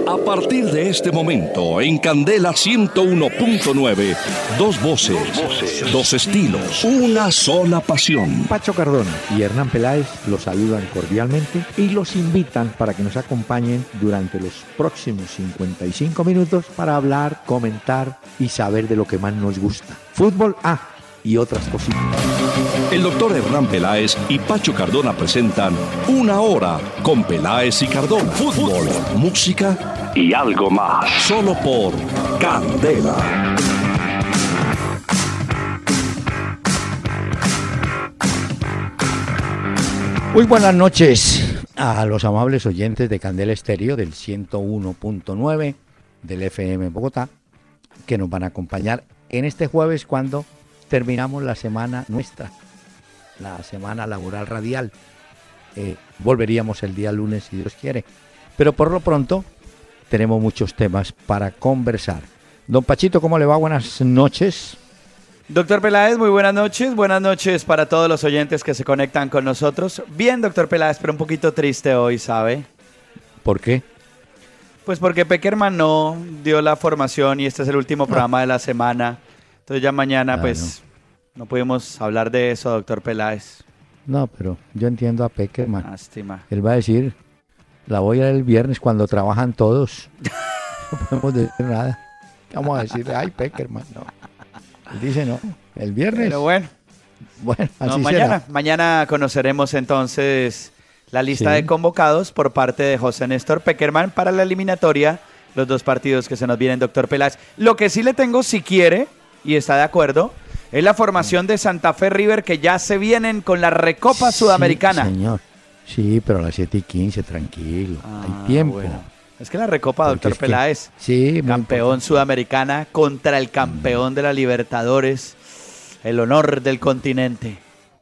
A partir de este momento, en Candela 101.9, dos voces, dos estilos, una sola pasión. Pacho Cardona y Hernán Peláez los saludan cordialmente y los invitan para que nos acompañen durante los próximos 55 minutos para hablar, comentar y saber de lo que más nos gusta. Fútbol y otras cositas. El doctor Hernán Peláez y Pacho Cardona presentan Una Hora con Peláez y Cardona. Fútbol, música y algo más. Solo por Candela. Muy buenas noches a los amables oyentes de Candela Estéreo del 101.9 del FM Bogotá, que nos van a acompañar en este jueves cuando terminamos la semana nuestra, la semana laboral radial. Volveríamos el día lunes si Dios quiere, pero por lo pronto tenemos muchos temas para conversar. Don Pachito, ¿cómo le va? Buenas noches. Doctor Peláez, muy buenas noches para todos los oyentes que se conectan con nosotros. Bien, doctor Peláez, pero un poquito triste hoy, ¿sabe? ¿Por qué? Pues porque Peckerman no dio la formación y este es el último programa de la semana. Entonces ya mañana pues no pudimos hablar de eso, doctor Peláez. No, pero yo entiendo a Peckerman. Lástima. Él va a decir, la voy a dar el viernes cuando trabajan todos. No podemos decir nada. Vamos a decirle, ay, Peckerman, no. Él dice no, el viernes. Pero bueno, así mañana. será. Mañana conoceremos entonces la lista de convocados por parte de José Néstor Peckerman para la eliminatoria, los dos partidos que se nos vienen, doctor Peláez. Lo que sí le tengo, si quiere, y está de acuerdo, es la formación de Santa Fe River, que ya se vienen con la Recopa Sudamericana. Sí, señor. Sí, pero a las 7:15, tranquilo. Hay tiempo. Bueno. Es que la Recopa, doctor Peláez, campeón sudamericana contra el campeón de la Libertadores, el honor del continente.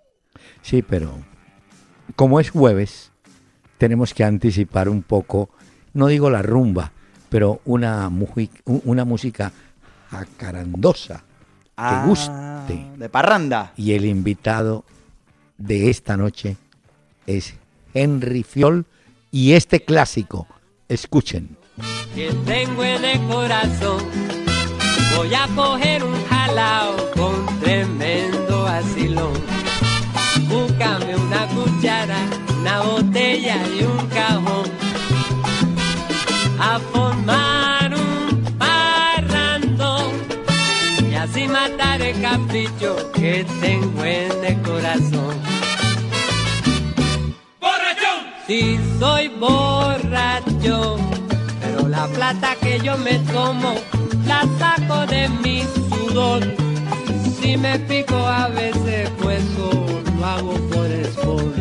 Sí, pero como es jueves, tenemos que anticipar un poco, no digo la rumba, pero una música jacarandosa, que guste. De parranda. Y el invitado de esta noche es Henry Fiol y este clásico. Escuchen. Que tengo en el corazón, voy a coger un jalao con tremendo vacilón. Búscame una cuchara, una botella y un cajón, a formar un parrandón y así matar el capricho que tengo en el corazón. Sí, soy borracho, pero la plata que yo me tomo la saco de mi sudor. Si me pico a veces, pues lo hago por sport.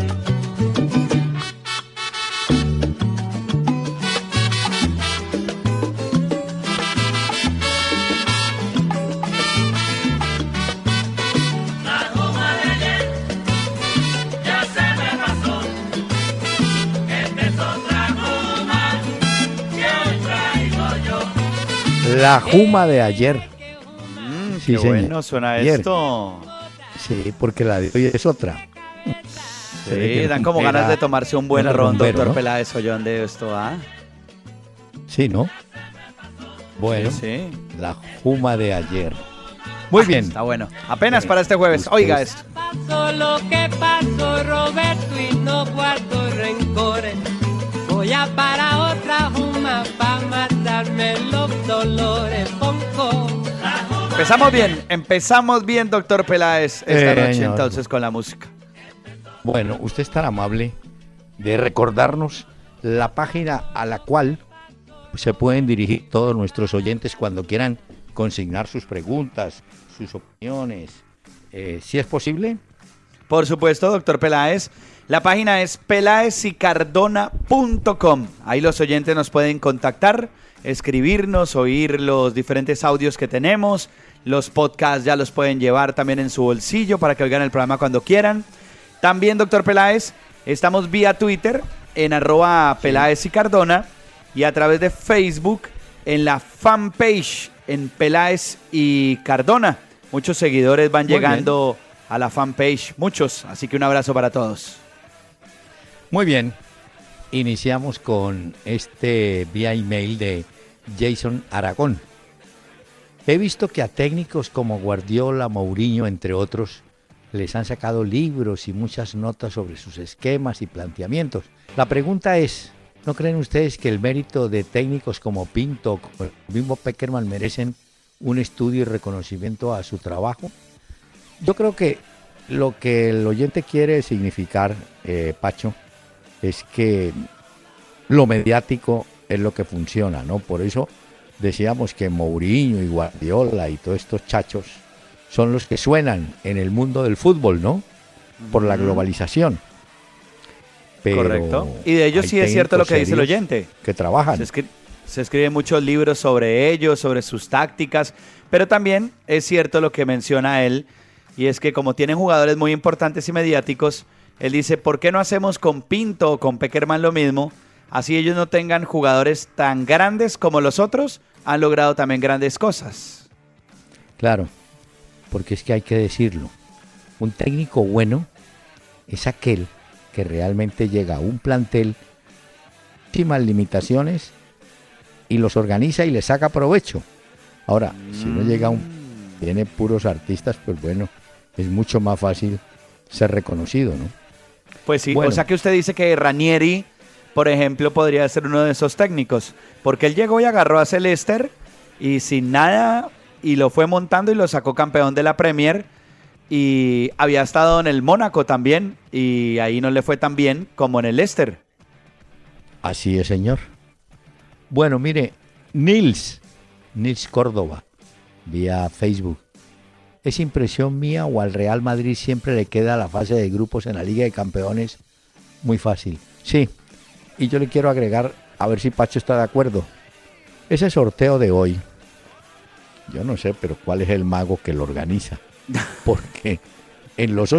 La Juma de ayer. Sí, qué bueno suena ayer. Esto. Sí, porque la de hoy es otra. Sí, dan como ganas de tomarse un buen ron, doctor Peláez Ollón, de esto, Sí, ¿no? Bueno, sí. La Juma de ayer. Muy bien. Está bueno. Apenas para este jueves. Oiga esto. Pasó lo que pasó, Roberto, y no guardo rencores. Voy a para otra juma para matarme los dolores. Empezamos bien, doctor Peláez, esta noche entonces con la música. Bueno, usted es tan amable de recordarnos la página a la cual se pueden dirigir todos nuestros oyentes cuando quieran consignar sus preguntas, sus opiniones. ¿Sí es posible? Por supuesto, doctor Peláez. La página es pelaezicardona.com. Ahí los oyentes nos pueden contactar, escribirnos, oír los diferentes audios que tenemos. Los podcasts ya los pueden llevar también en su bolsillo para que oigan el programa cuando quieran. También, doctor Peláez, estamos vía Twitter en @pelaezicardona y a través de Facebook en la fanpage en Peláez y Cardona. Muchos seguidores van llegando a la fanpage, muchos. Así que un abrazo para todos. Muy bien. iniciamos con este vía email de Jason Aragón. He visto que a técnicos como Guardiola, Mourinho, entre otros, les han sacado libros y muchas notas sobre sus esquemas y planteamientos. La pregunta es, ¿no creen ustedes que el mérito de técnicos como Pinto o como el mismo Pekerman merecen un estudio y reconocimiento a su trabajo? Yo creo que lo que el oyente quiere significar, Pacho, es que lo mediático es lo que funciona, ¿no? Por eso decíamos que Mourinho y Guardiola y todos estos chachos son los que suenan en el mundo del fútbol, ¿no? Por la globalización. Pero correcto. Y de ellos sí es cierto lo que dice el oyente. Que trabajan. Se escriben muchos libros sobre ellos, sobre sus tácticas, pero también es cierto lo que menciona él, y es que como tienen jugadores muy importantes y mediáticos, él dice, ¿por qué no hacemos con Pinto o con Pekerman lo mismo? Así ellos no tengan jugadores tan grandes como los otros, han logrado también grandes cosas. Claro, porque es que hay que decirlo. Un técnico bueno es aquel que realmente llega a un plantel sin más limitaciones y los organiza y les saca provecho. Ahora, si no llega tiene puros artistas, pues bueno, es mucho más fácil ser reconocido, ¿no? Pues sí, bueno. O sea que usted dice que Ranieri, por ejemplo, podría ser uno de esos técnicos, porque él llegó y agarró a Leicester y sin nada, y lo fue montando y lo sacó campeón de la Premier, y había estado en el Mónaco también, y ahí no le fue tan bien como en el Leicester. Así es, señor. Bueno, mire, Nils Córdoba, vía Facebook. ¿Es impresión mía o al Real Madrid siempre le queda la fase de grupos en la Liga de Campeones muy fácil? Sí, y yo le quiero agregar, a ver si Pacho está de acuerdo. Ese sorteo de hoy, yo no sé, pero ¿cuál es el mago que lo organiza? Porque en los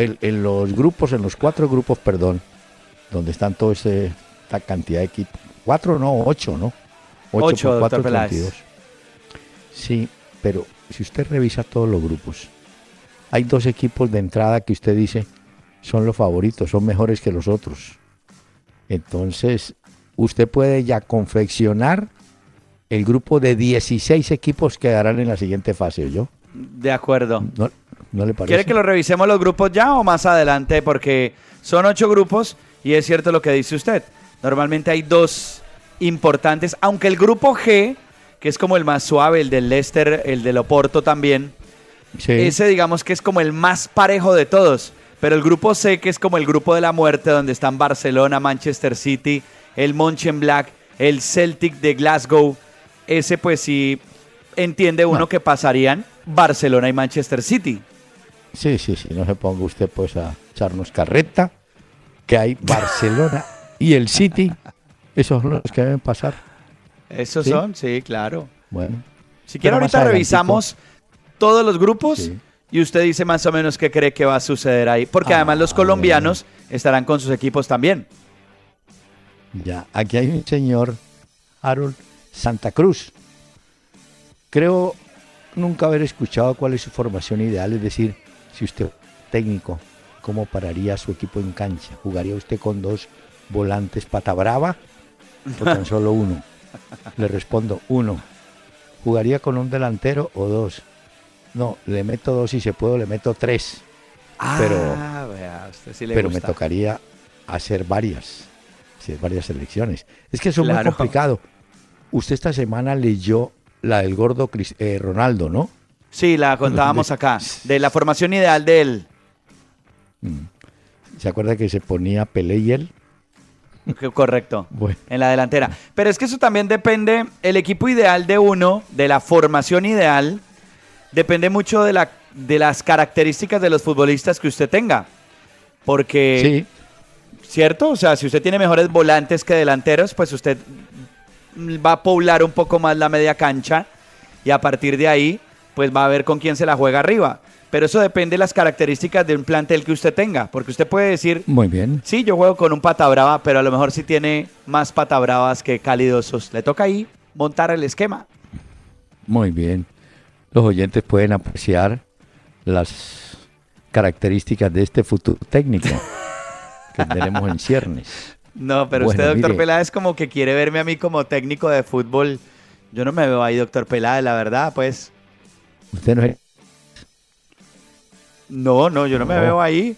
4 grupos, donde están toda esta cantidad de equipos, 4 no, 8, ¿no? 8 por 4, Dr. 32. Sí, pero si usted revisa todos los grupos, hay 2 equipos de entrada que usted dice son los favoritos, son mejores que los otros. Entonces, usted puede ya confeccionar el grupo de 16 equipos que darán en la siguiente fase, ¿oyó? De acuerdo. ¿No le parece? ¿Quiere que lo revisemos los grupos ya o más adelante? Porque son 8 grupos y es cierto lo que dice usted. Normalmente hay 2 importantes, aunque el grupo G, que es como el más suave, el del Leicester, el del Oporto también, sí. Ese digamos que es como el más parejo de todos. Pero el grupo C, que es como el grupo de la muerte, donde están Barcelona, Manchester City, el Mönchengladbach, el Celtic de Glasgow, ese pues sí entiende uno que pasarían Barcelona y Manchester City. Sí, no se ponga usted pues a echarnos carreta, que hay Barcelona y el City, esos son los que deben pasar. Esos ¿sí? Son, sí, claro. Bueno. Si quiere ahorita revisamos todos los grupos, sí. Y usted dice más o menos qué cree que va a suceder ahí, porque además los colombianos estarán con sus equipos también. Ya, aquí hay un señor, Harold Santa Cruz. Creo nunca haber escuchado cuál es su formación ideal, es decir, si usted es técnico, ¿cómo pararía su equipo en cancha? ¿Jugaría usted con 2 volantes pata brava o tan solo 1? Le respondo, 1. ¿Jugaría con un delantero o 2? No, le meto 2 y si puedo le meto 3. Vea, usted sí le pero gusta. Me tocaría hacer varias selecciones. Es que eso es muy complicado. Usted esta semana leyó la del gordo Ronaldo, ¿no? Sí, la contábamos acá, de la formación ideal de él. ¿Se acuerda que se ponía Pelé y él? Correcto, bueno. En la delantera. Pero es que eso también depende, el equipo ideal de uno, de la formación ideal, depende mucho de las características de los futbolistas que usted tenga. Porque, sí. ¿Cierto? O sea, si usted tiene mejores volantes que delanteros, pues usted va a poblar un poco más la media cancha y a partir de ahí, pues va a ver con quién se la juega arriba. Pero eso depende de las características de un plantel que usted tenga. Porque usted puede decir, muy bien, sí, yo juego con un pata brava, pero a lo mejor sí tiene más pata bravas que calidosos. Le toca ahí montar el esquema. Muy bien. Los oyentes pueden apreciar las características de este futuro técnico que tenemos en ciernes. No, pero Bueno, usted, doctor mire. Peláez, como que quiere verme a mí como técnico de fútbol. Yo no me veo ahí, doctor Peláez, la verdad, pues. Usted no es... No, yo no me No. veo ahí.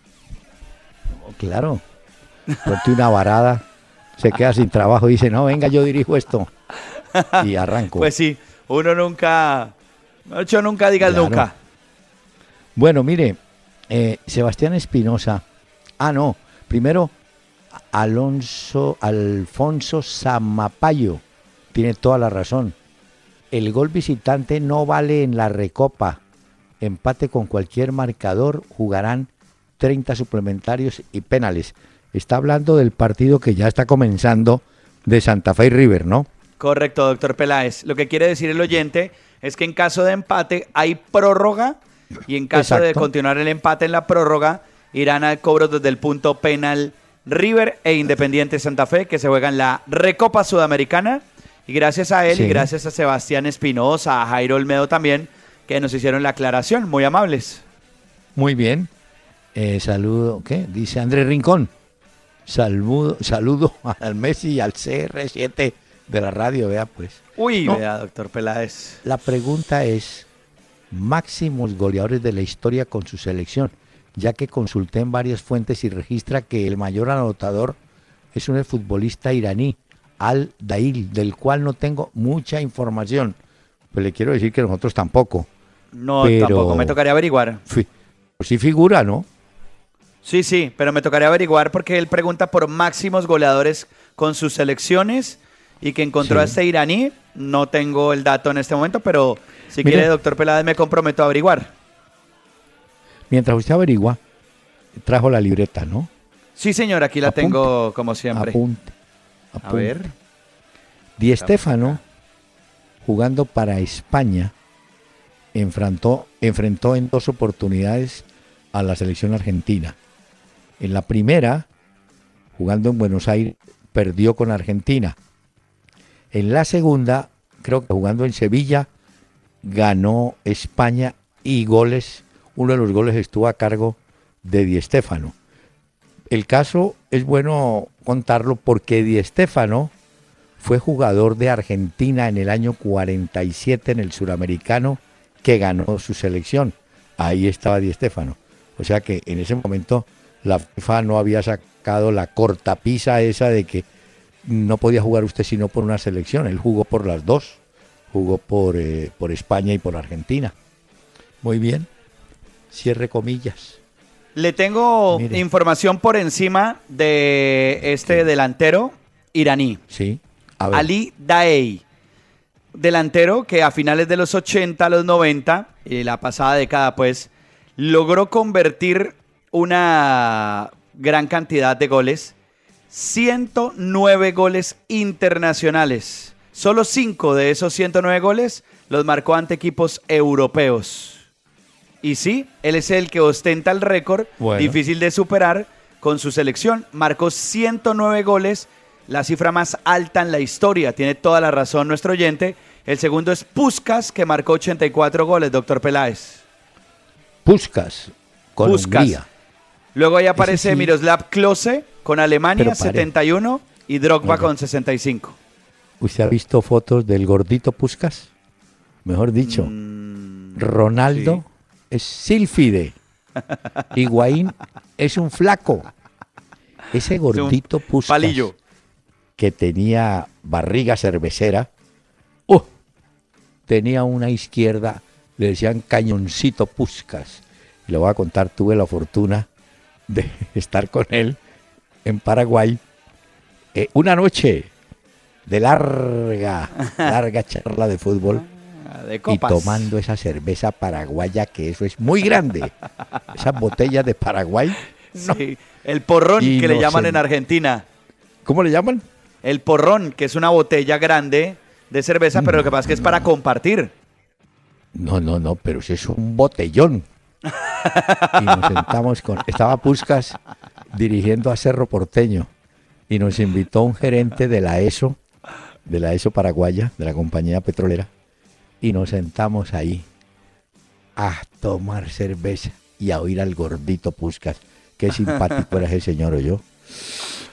Claro. Suelte una varada, se queda sin trabajo y dice, no, venga, yo dirijo esto. Y arranco. Pues sí, uno nunca... Yo nunca digas Claro. nunca. Bueno, mire, Sebastián Espinosa. Ah, no. Primero, Alfonso Samapayo. Tiene toda la razón. El gol visitante no vale en la Recopa. Empate con cualquier marcador. Jugarán 30 suplementarios y penales. Está hablando del partido que ya está comenzando de Santa Fe y River, ¿no? Correcto, doctor Peláez. Lo que quiere decir el oyente es que en caso de empate hay prórroga y en caso de Exacto. continuar el empate en la prórroga irán al cobro desde el punto penal River e Independiente Santa Fe, que se juegan la Recopa Sudamericana. Y gracias a él Sí. y gracias a Sebastián Espinosa, a Jairo Olmedo también, que nos hicieron la aclaración. Muy amables. Muy bien. Saludo, ¿qué? Dice Andrés Rincón. Saludo al Messi y al CR7 de la radio, vea pues. Uy, No. vea, doctor Peláez. La pregunta es, máximos goleadores de la historia con su selección, ya que consulté en varias fuentes y registra que el mayor anotador es un futbolista iraní, Al-Dail, del cual no tengo mucha información. Pues le quiero decir que nosotros tampoco. No, Pero- tampoco, me tocaría averiguar. Pues sí figura, ¿no? Sí, pero me tocaría averiguar porque él pregunta por máximos goleadores con sus selecciones y que encontró Sí. a este iraní. No tengo el dato en este momento, pero si Mire. quiere, doctor Peláez, me comprometo a averiguar. Mientras usted averigua, trajo la libreta, ¿no? Sí, señor, aquí la Apunte. tengo como siempre. Apunte. A ver. Di Stéfano, jugando para España, enfrentó en 2 oportunidades a la selección argentina. En la primera, jugando en Buenos Aires, perdió con Argentina. En la segunda, creo que jugando en Sevilla, ganó España y uno de los goles estuvo a cargo de Di Stéfano. El caso es bueno contarlo porque Di Stéfano fue jugador de Argentina en el año 47 en el Suramericano que ganó su selección. Ahí estaba Di Stéfano. O sea que en ese momento la FIFA no había sacado la cortapisa esa de que no podía jugar usted sino por una selección. Él jugó por las dos. Jugó por España y por Argentina. Muy bien. Cierre comillas. Le tengo Mire. información por encima de este delantero iraní. Sí. A ver. Ali Daei, delantero que a finales de los 80, los 90, y la pasada década, pues, logró convertir una gran cantidad de goles, 109 goles internacionales. Solo 5 de esos 109 goles los marcó ante equipos europeos. Y sí, él es el que ostenta el récord, Bueno. difícil de superar, con su selección. Marcó 109 goles, la cifra más alta en la historia. Tiene toda la razón nuestro oyente. El segundo es Puskás, que marcó 84 goles, doctor Peláez. Puskás con Puskás. Hungría. Luego ahí aparece sí. Miroslav Klose con Alemania, Pero pare. 71, y Drogba Oiga. con 65. ¿Usted ha visto fotos del gordito Puskás? Mejor dicho, Ronaldo es sílfide. Higuaín es un flaco. Ese gordito Puskás palillo. que tenía barriga cervecera, tenía una izquierda, le decían cañoncito Puskás. Y le voy a contar, tuve la fortuna de estar con él en Paraguay una noche de larga charla de fútbol De y copas. tomando esa cerveza paraguaya, que eso es muy grande. Esas botellas de Paraguay, Sí, el porrón que le llaman en Inocente. Argentina. ¿cómo le llaman? El porrón, que es una botella grande de cerveza, pero lo que pasa es que es para compartir. No, pero eso es un botellón. Y nos sentamos estaba Puskás dirigiendo a Cerro Porteño y nos invitó un gerente de la ESO paraguaya, de la compañía petrolera, y nos sentamos ahí a tomar cerveza y a oír al gordito Puskás. Qué simpático era ese señor, yo.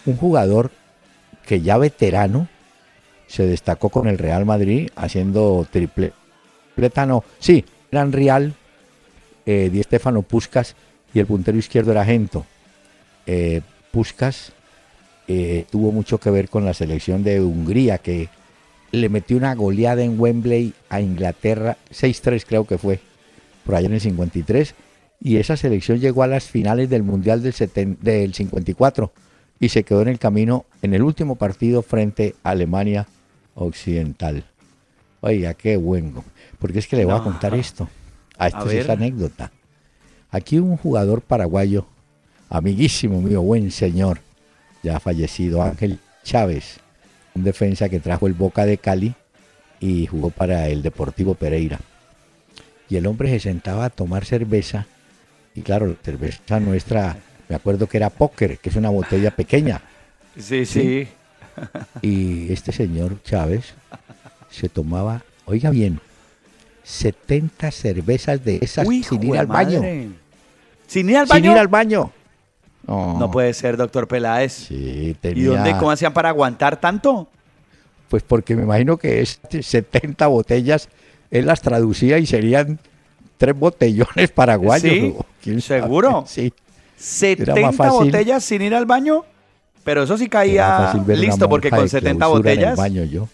un jugador que ya veterano se destacó con el Real Madrid haciendo tripleta, no, sí, eran Real, Di Stéfano, Puskás y el puntero izquierdo era Gento. Puskás tuvo mucho que ver con la selección de Hungría, que le metió una goleada en Wembley a Inglaterra, 6-3 creo que fue, por allá en el 53, y esa selección llegó a las finales del Mundial del 54 y se quedó en el camino en el último partido frente a Alemania Occidental. Oiga, qué bueno, porque es que le voy a contar esto, esta es esta anécdota. Aquí un jugador paraguayo, amiguísimo mío, buen señor, ya fallecido, Ángel Chávez, un defensa que trajo el Boca de Cali y jugó para el Deportivo Pereira. Y el hombre se sentaba a tomar cerveza, y claro, la cerveza nuestra, me acuerdo que era Póker, que es una botella pequeña. Sí. Y este señor Chávez se tomaba, oiga bien, 70 cervezas de esas sin ir al baño. ¿Sin ir al baño? Sin ir al baño. No puede ser, doctor Peláez. Sí, ¿Y cómo hacían para aguantar tanto? Pues porque me imagino que 70 botellas, él las traducía y serían 3 botellones paraguayos. ¿Sí? ¿Seguro? Sí. 70 botellas sin ir al baño, pero eso sí caía listo, porque con 70 botellas... En el baño yo.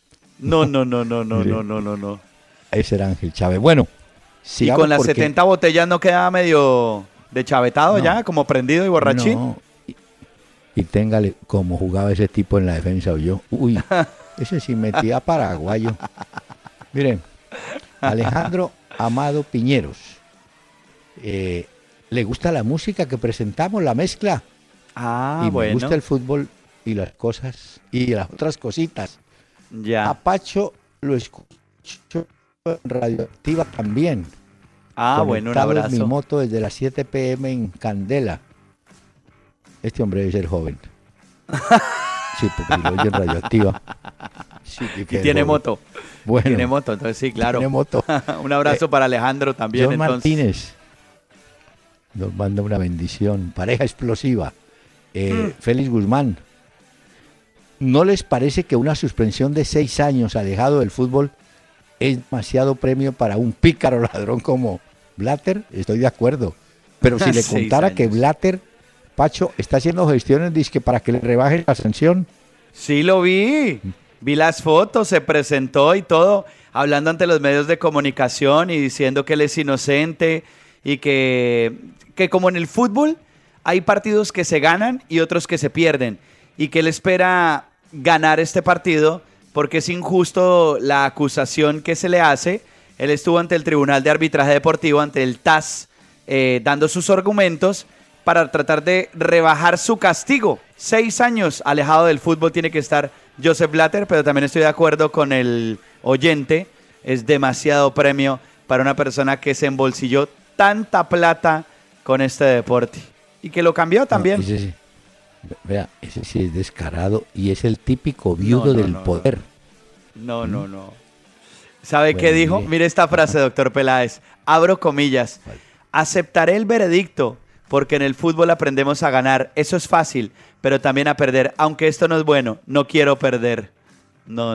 No. Ese era Ángel Chávez. Bueno, y con las 70 botellas no quedaba medio deschavetado ya, como prendido y borrachín. No. Y téngale como jugaba ese tipo en la defensa o yo. Uy, ese sí metía paraguayo. Miren, Alejandro Amado Piñeros. ¿Le gusta la música que presentamos, la mezcla? Y me gusta el fútbol y las cosas y las otras cositas. Ya. A Pacho lo escucho en Radioactiva también. Bueno, un abrazo. En mi moto desde las 7 p.m. en Candela. Este hombre debe ser joven. Sí, porque lo oye en Radioactiva. Sí, y tiene moto. Bueno, tiene moto, entonces sí, claro. Tiene moto. Un abrazo para Alejandro también. John Martínez nos manda una bendición. Pareja explosiva. Félix Guzmán. ¿No les parece que una suspensión de 6 años alejado del fútbol es demasiado premio para un pícaro ladrón como Blatter? Estoy de acuerdo. Pero si le contara que Blatter, Pacho, está haciendo gestiones dizque para que le rebajen la sanción. Sí, lo vi. Vi las fotos, se presentó y todo, hablando ante los medios de comunicación y diciendo que él es inocente y que como en el fútbol hay partidos que se ganan y otros que se pierden y que él espera ganar este partido porque es injusto la acusación que se le hace. Él estuvo ante el Tribunal de Arbitraje Deportivo, ante el TAS, dando sus argumentos para tratar de rebajar su castigo. 6 años alejado del fútbol tiene que estar Joseph Blatter, pero también estoy de acuerdo con el oyente. Es demasiado premio para una persona que se embolsilló tanta plata con este deporte y que lo cambió también. Ese sí. Vea, ese sí es descarado y es el típico viudo del poder. No. ¿Sabe qué dijo? Mire esta frase, doctor Peláez. Abro comillas. Aceptaré el veredicto porque en el fútbol aprendemos a ganar. Eso es fácil, pero también a perder. Aunque esto no es bueno, no quiero perder. No.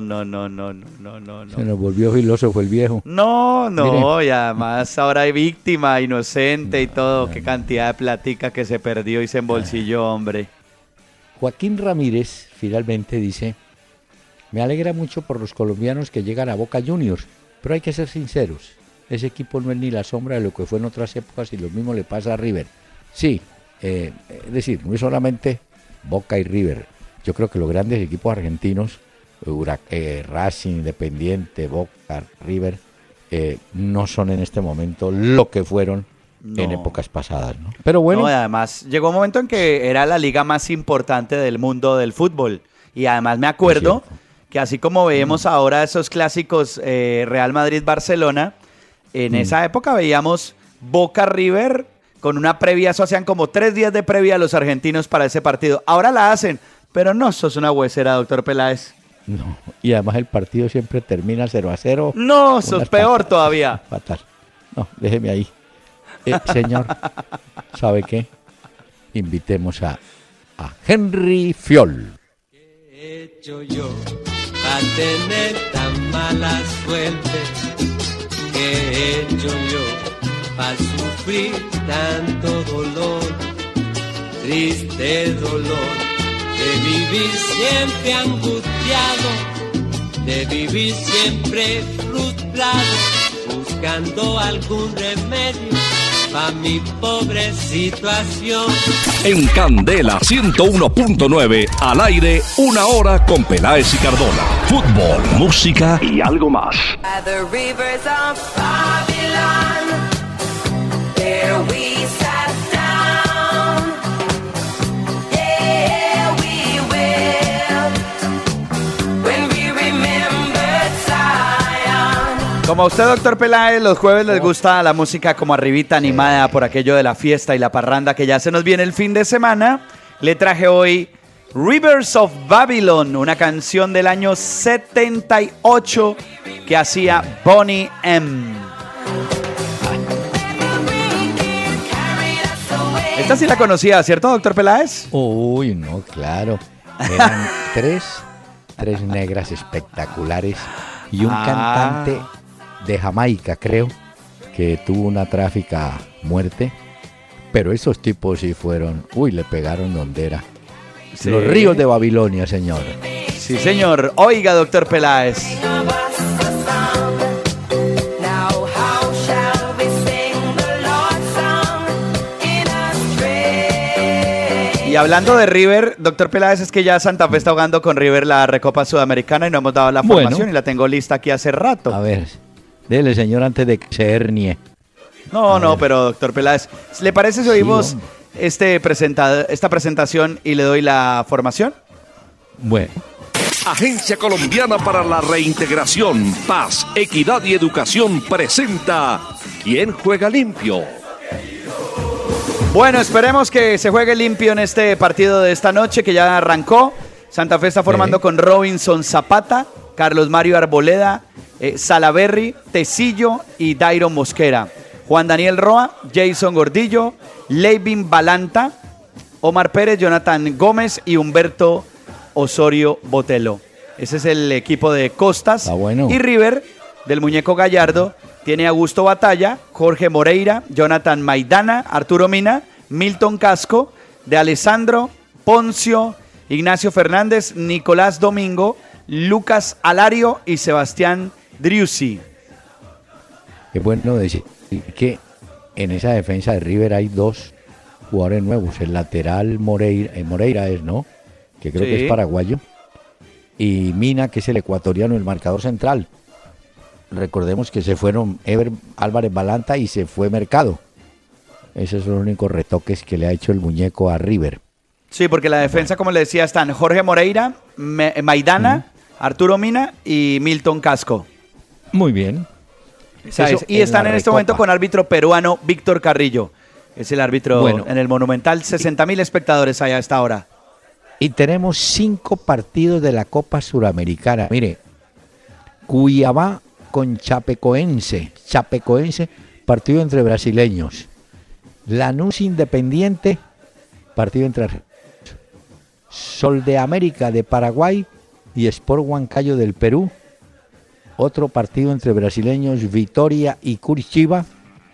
Se nos volvió filósofo el viejo. No, mire. Y además ahora hay víctima, inocente y todo. Qué cantidad de platica que se perdió y se embolsilló, hombre. Joaquín Ramírez finalmente dice: me alegra mucho por los colombianos que llegan a Boca Juniors, pero hay que ser sinceros, ese equipo no es ni la sombra de lo que fue en otras épocas y lo mismo le pasa a River. Sí, es decir, no es solamente Boca y River, yo creo que los grandes equipos argentinos, Racing, Independiente, Boca, River, no son en este momento lo que fueron en épocas pasadas, ¿no? Pero bueno. Además, llegó un momento en que era la liga más importante del mundo del fútbol. Y además me acuerdo que así como vemos ahora esos clásicos Real Madrid-Barcelona, en esa época veíamos Boca-River con una previa, eso hacían como 3 días de previa a los argentinos para ese partido. Ahora la hacen, pero no, sos una huesera, doctor Peláez. No, y además el partido siempre termina 0-0. No, sos peor todavía. Fatal. No, déjeme ahí. Señor, ¿sabe qué? Invitemos a a Henry Fiol. ¿Qué he hecho yo para tener tan mala suerte? ¿Qué he hecho yo para sufrir tanto dolor? Triste dolor de vivir siempre angustiado, de vivir siempre frustrado, buscando algún remedio para mi pobre situación. En Candela 101.9, al aire, una hora con Peláez y Cardona. Fútbol, música y algo más. By the rivers of Babylon, there we sat down. Yeah, we will, when we remembered Zion. Como a usted, doctor Peláez, los jueves les gusta la música como arribita, animada por aquello de la fiesta y la parranda que ya se nos viene el fin de semana, le traje hoy Rivers of Babylon, una canción del año 78 que hacía Boney M. Esta sí la conocía, ¿cierto, doctor Peláez? Uy, no, claro. Eran tres negras espectaculares y un cantante de Jamaica, creo, que tuvo una trágica muerte. Pero esos tipos sí fueron, le pegaron donde era. Sí. Los ríos de Babilonia, señor. Sí, señor. Oiga, doctor Peláez. Now how shall we sing the Lord's song in a stray? Y hablando de River, doctor Peláez, es que ya Santa Fe está jugando con River la Recopa Sudamericana y no hemos dado la Bueno. formación y la tengo lista aquí hace rato. A ver, dele, señor, antes de que se hernie. No, pero doctor Peláez, ¿le parece si oímos hombre. esta presentación y le doy la formación? Bueno, Agencia Colombiana para la Reintegración, Paz, Equidad y Educación presenta ¿Quién juega limpio? Bueno, esperemos que se juegue limpio en este partido de esta noche que ya arrancó. Santa Fe está formando con Robinson Zapata, Carlos Mario Arboleda, Salaberry, Tecillo y Dairon Mosquera. Juan Daniel Roa, Jason Gordillo, Leivin Balanta, Omar Pérez, Jonathan Gómez y Humberto Osorio Botelo. Ese es el equipo de Costas. Está bueno. Y River, del muñeco Gallardo, tiene a Augusto Batalla, Jorge Moreira, Jonathan Maidana, Arturo Mina, Milton Casco, de Alessandro, Poncio, Ignacio Fernández, Nicolás Domingo, Lucas Alario y Sebastián Driussi. es bueno decir que en esa defensa de River hay dos jugadores nuevos. El lateral Moreira es, ¿no? Que creo que Sí. es paraguayo. Y Mina, que es el ecuatoriano, el marcador central. Recordemos que se fueron Ever Álvarez Balanta y se fue Mercado. Esos son los únicos retoques que le ha hecho el muñeco a River. Sí, porque la defensa, como le decía, están Jorge Moreira, Maidana, Arturo Mina y Milton Casco. Muy bien. ¿Sabes? Eso Y en están la en este Recopa. momento con árbitro peruano Víctor Carrillo. Es el árbitro Bueno. en el Monumental. 60.000 espectadores hay a esta hora. Y tenemos 5 partidos de la Copa Suramericana. Mire, Cuiabá con Chapecoense, partido entre brasileños. Lanús Independiente, partido entre argentinos. Sol de América de Paraguay y Sport Huancayo del Perú. Otro partido entre brasileños, Vitória y Curitiba.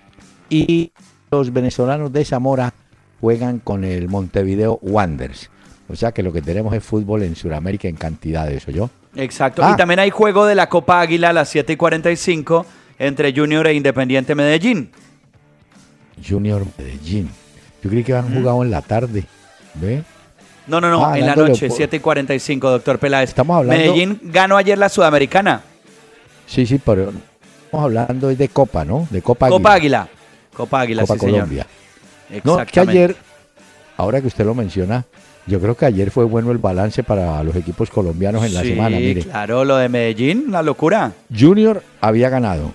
Y los venezolanos de Zamora juegan con el Montevideo Wanderers. O sea que lo que tenemos es fútbol en Sudamérica en cantidades, ¿o yo? Exacto. Ah. Y también hay juego de la Copa Águila a las 7:45 entre Junior e Independiente Medellín. Junior Medellín. Yo creí que habían jugado en la tarde. ¿Ve? No, en la dándole noche, por- 7:45, doctor Peláez. Estamos hablando- Medellín ganó ayer la Sudamericana. Sí, pero estamos hablando de Copa, ¿no? De Copa Copa Águila. Copa Águila, Copa sí, señor. Colombia. No, que Exactamente. ayer, ahora que usted lo menciona, yo creo que ayer fue bueno el balance para los equipos colombianos en la Sí, semana. Mire, claro, lo de Medellín, una locura. Junior había ganado.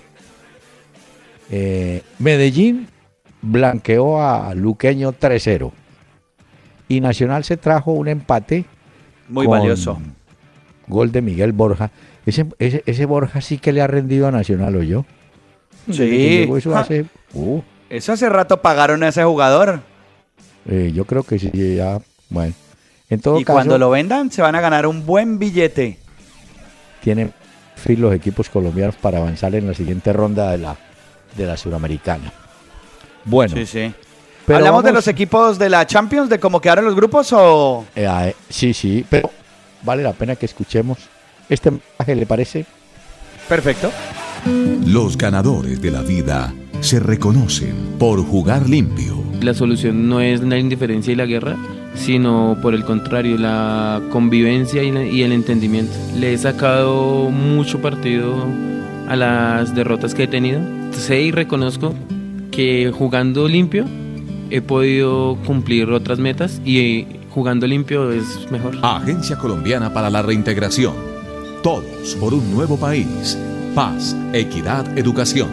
Medellín blanqueó a Luqueño 3-0. Y Nacional se trajo un empate. Muy con valioso. Gol de Miguel Borja. Ese Borja sí que le ha rendido a Nacional, ¿o yo? Desde que Sí. llegó eso Ja. hace, Eso hace rato pagaron a ese jugador. yo creo que sí, ya, bueno. En todo Y caso, cuando lo vendan, se van a ganar un buen billete. tienen los equipos colombianos para avanzar en la siguiente ronda de la Suramericana. Bueno, Sí, sí. pero ¿Hablamos de vamos- los equipos de la Champions, de cómo quedaron los grupos o...? sí, pero vale la pena que escuchemos este mensaje, ¿le parece? Perfecto. Los ganadores de la vida se reconocen por jugar limpio. La solución no es la indiferencia y la guerra, sino por el contrario, la convivencia y el entendimiento. Le he sacado mucho partido a las derrotas que he tenido. Sé y reconozco que jugando limpio he podido cumplir otras metas y jugando limpio es mejor. Agencia Colombiana para la Reintegración. Todos por un nuevo país. Paz, equidad, educación.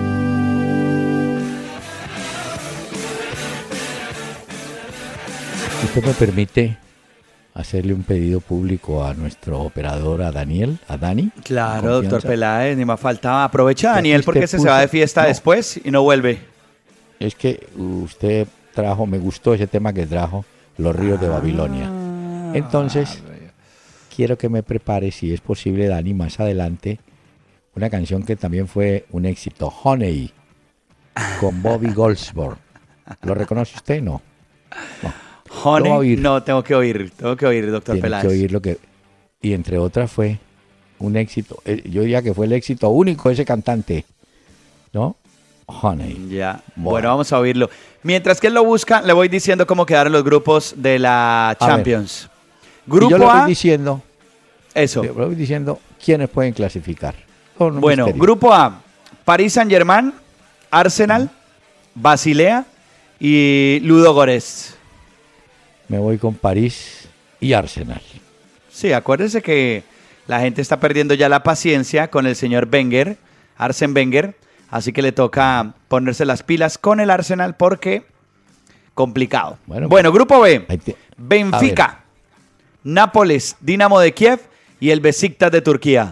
¿Usted me permite hacerle un pedido público a nuestro operador, a Dani? Claro, Confianza. doctor Peláez, ni más faltaba. Aprovecha, Daniel, Usted porque se va de fiesta no. después y no vuelve. Es que usted trajo, me gustó ese tema que trajo, Los ríos de Babilonia. Entonces, quiero que me prepare, si es posible, Dani, más adelante, una canción que también fue un éxito, Honey, con Bobby Goldsboro. ¿Lo reconoce usted? No. Lo va a Honey, oír. no, tengo que oír, doctor Tiene Peláez. que oír lo que... Y entre otras fue un éxito. Yo diría que fue el éxito único de ese cantante, ¿no? Honey. Ya, Bueno. bueno, vamos a oírlo. Mientras que él lo busca, le voy diciendo cómo quedaron los grupos de la A ver. Champions. Y yo Grupo le A, voy diciendo, eso. le voy diciendo quiénes pueden clasificar. Son un Bueno, misterio. grupo A, Paris Saint-Germain, Arsenal, Basilea y Ludo Goretz. Me voy con París y Arsenal. Sí, acuérdense que la gente está perdiendo ya la paciencia con el señor Wenger, Arsène Wenger, así que le toca ponerse las pilas con el Arsenal porque complicado. Bueno, Bueno, grupo B, Ahí te- Benfica, Nápoles, Dinamo de Kiev y el Besiktas de Turquía.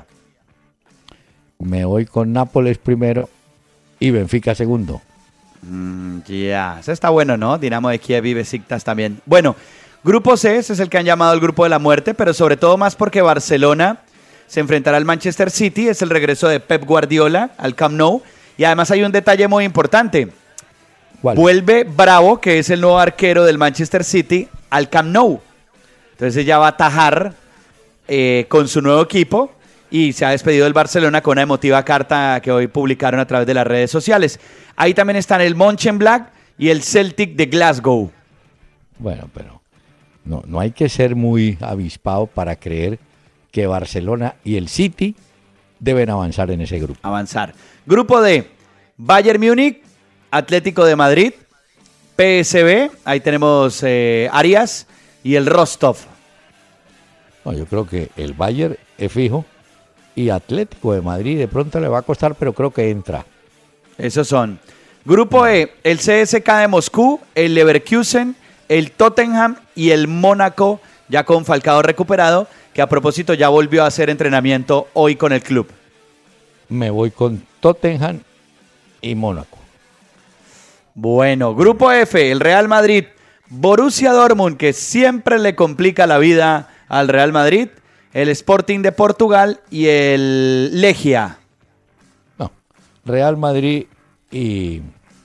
Me voy con Nápoles primero y Benfica segundo. Ya, ese está bueno, ¿no? Dinamo de Kiev y Besiktas también. Bueno, grupo C, ese es el que han llamado el grupo de la muerte, pero sobre todo más porque Barcelona se enfrentará al Manchester City, es el regreso de Pep Guardiola al Camp Nou, y además hay un detalle muy importante. ¿Cuál? Vuelve Bravo, que es el nuevo arquero del Manchester City, al Camp Nou. Entonces ella va a atajar con su nuevo equipo y se ha despedido del Barcelona con una emotiva carta que hoy publicaron a través de las redes sociales. Ahí también están el Mönchengladbach y el Celtic de Glasgow. Bueno, pero no hay que ser muy avispado para creer que Barcelona y el City deben avanzar en ese grupo. Avanzar. Grupo D, Bayern Múnich, Atlético de Madrid, PSV, ahí tenemos Arias y el Rostov. No, yo creo que el Bayern es fijo y Atlético de Madrid de pronto le va a costar, pero creo que entra. Esos son. Grupo E, el CSKA de Moscú, el Leverkusen, el Tottenham y el Mónaco, ya con Falcao recuperado, que a propósito ya volvió a hacer entrenamiento hoy con el club. Me voy con Tottenham y Mónaco. Bueno, Grupo F, el Real Madrid, Borussia Dortmund, que siempre le complica la vida al Real Madrid, el Sporting de Portugal y el Legia. No, Real Madrid y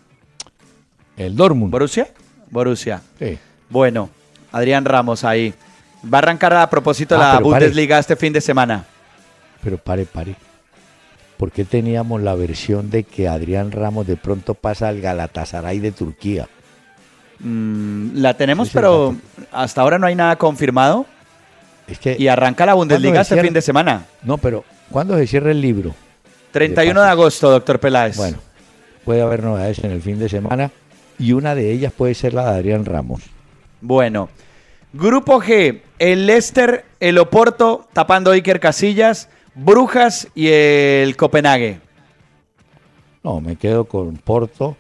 el Dortmund. Borussia. Sí. Bueno, Adrián Ramos ahí. Va a arrancar a propósito la pero pare. Bundesliga este fin de semana. Pero pare. ¿Por qué teníamos la versión de que Adrián Ramos de pronto pasa al Galatasaray de Turquía? La tenemos, Sí, pero hasta ahora no hay nada confirmado. Es que Y arranca la Bundesliga ¿cuándo este se cierra? fin de semana. No, pero ¿cuándo se cierra el libro? 31 de pases. agosto, doctor Peláez. Bueno, puede haber novedades en el fin de semana y una de ellas puede ser la de Adrián Ramos. Bueno. Grupo G, el Leicester, el Oporto, tapando Iker Casillas, Brujas y el Copenhague. No, me quedo con Porto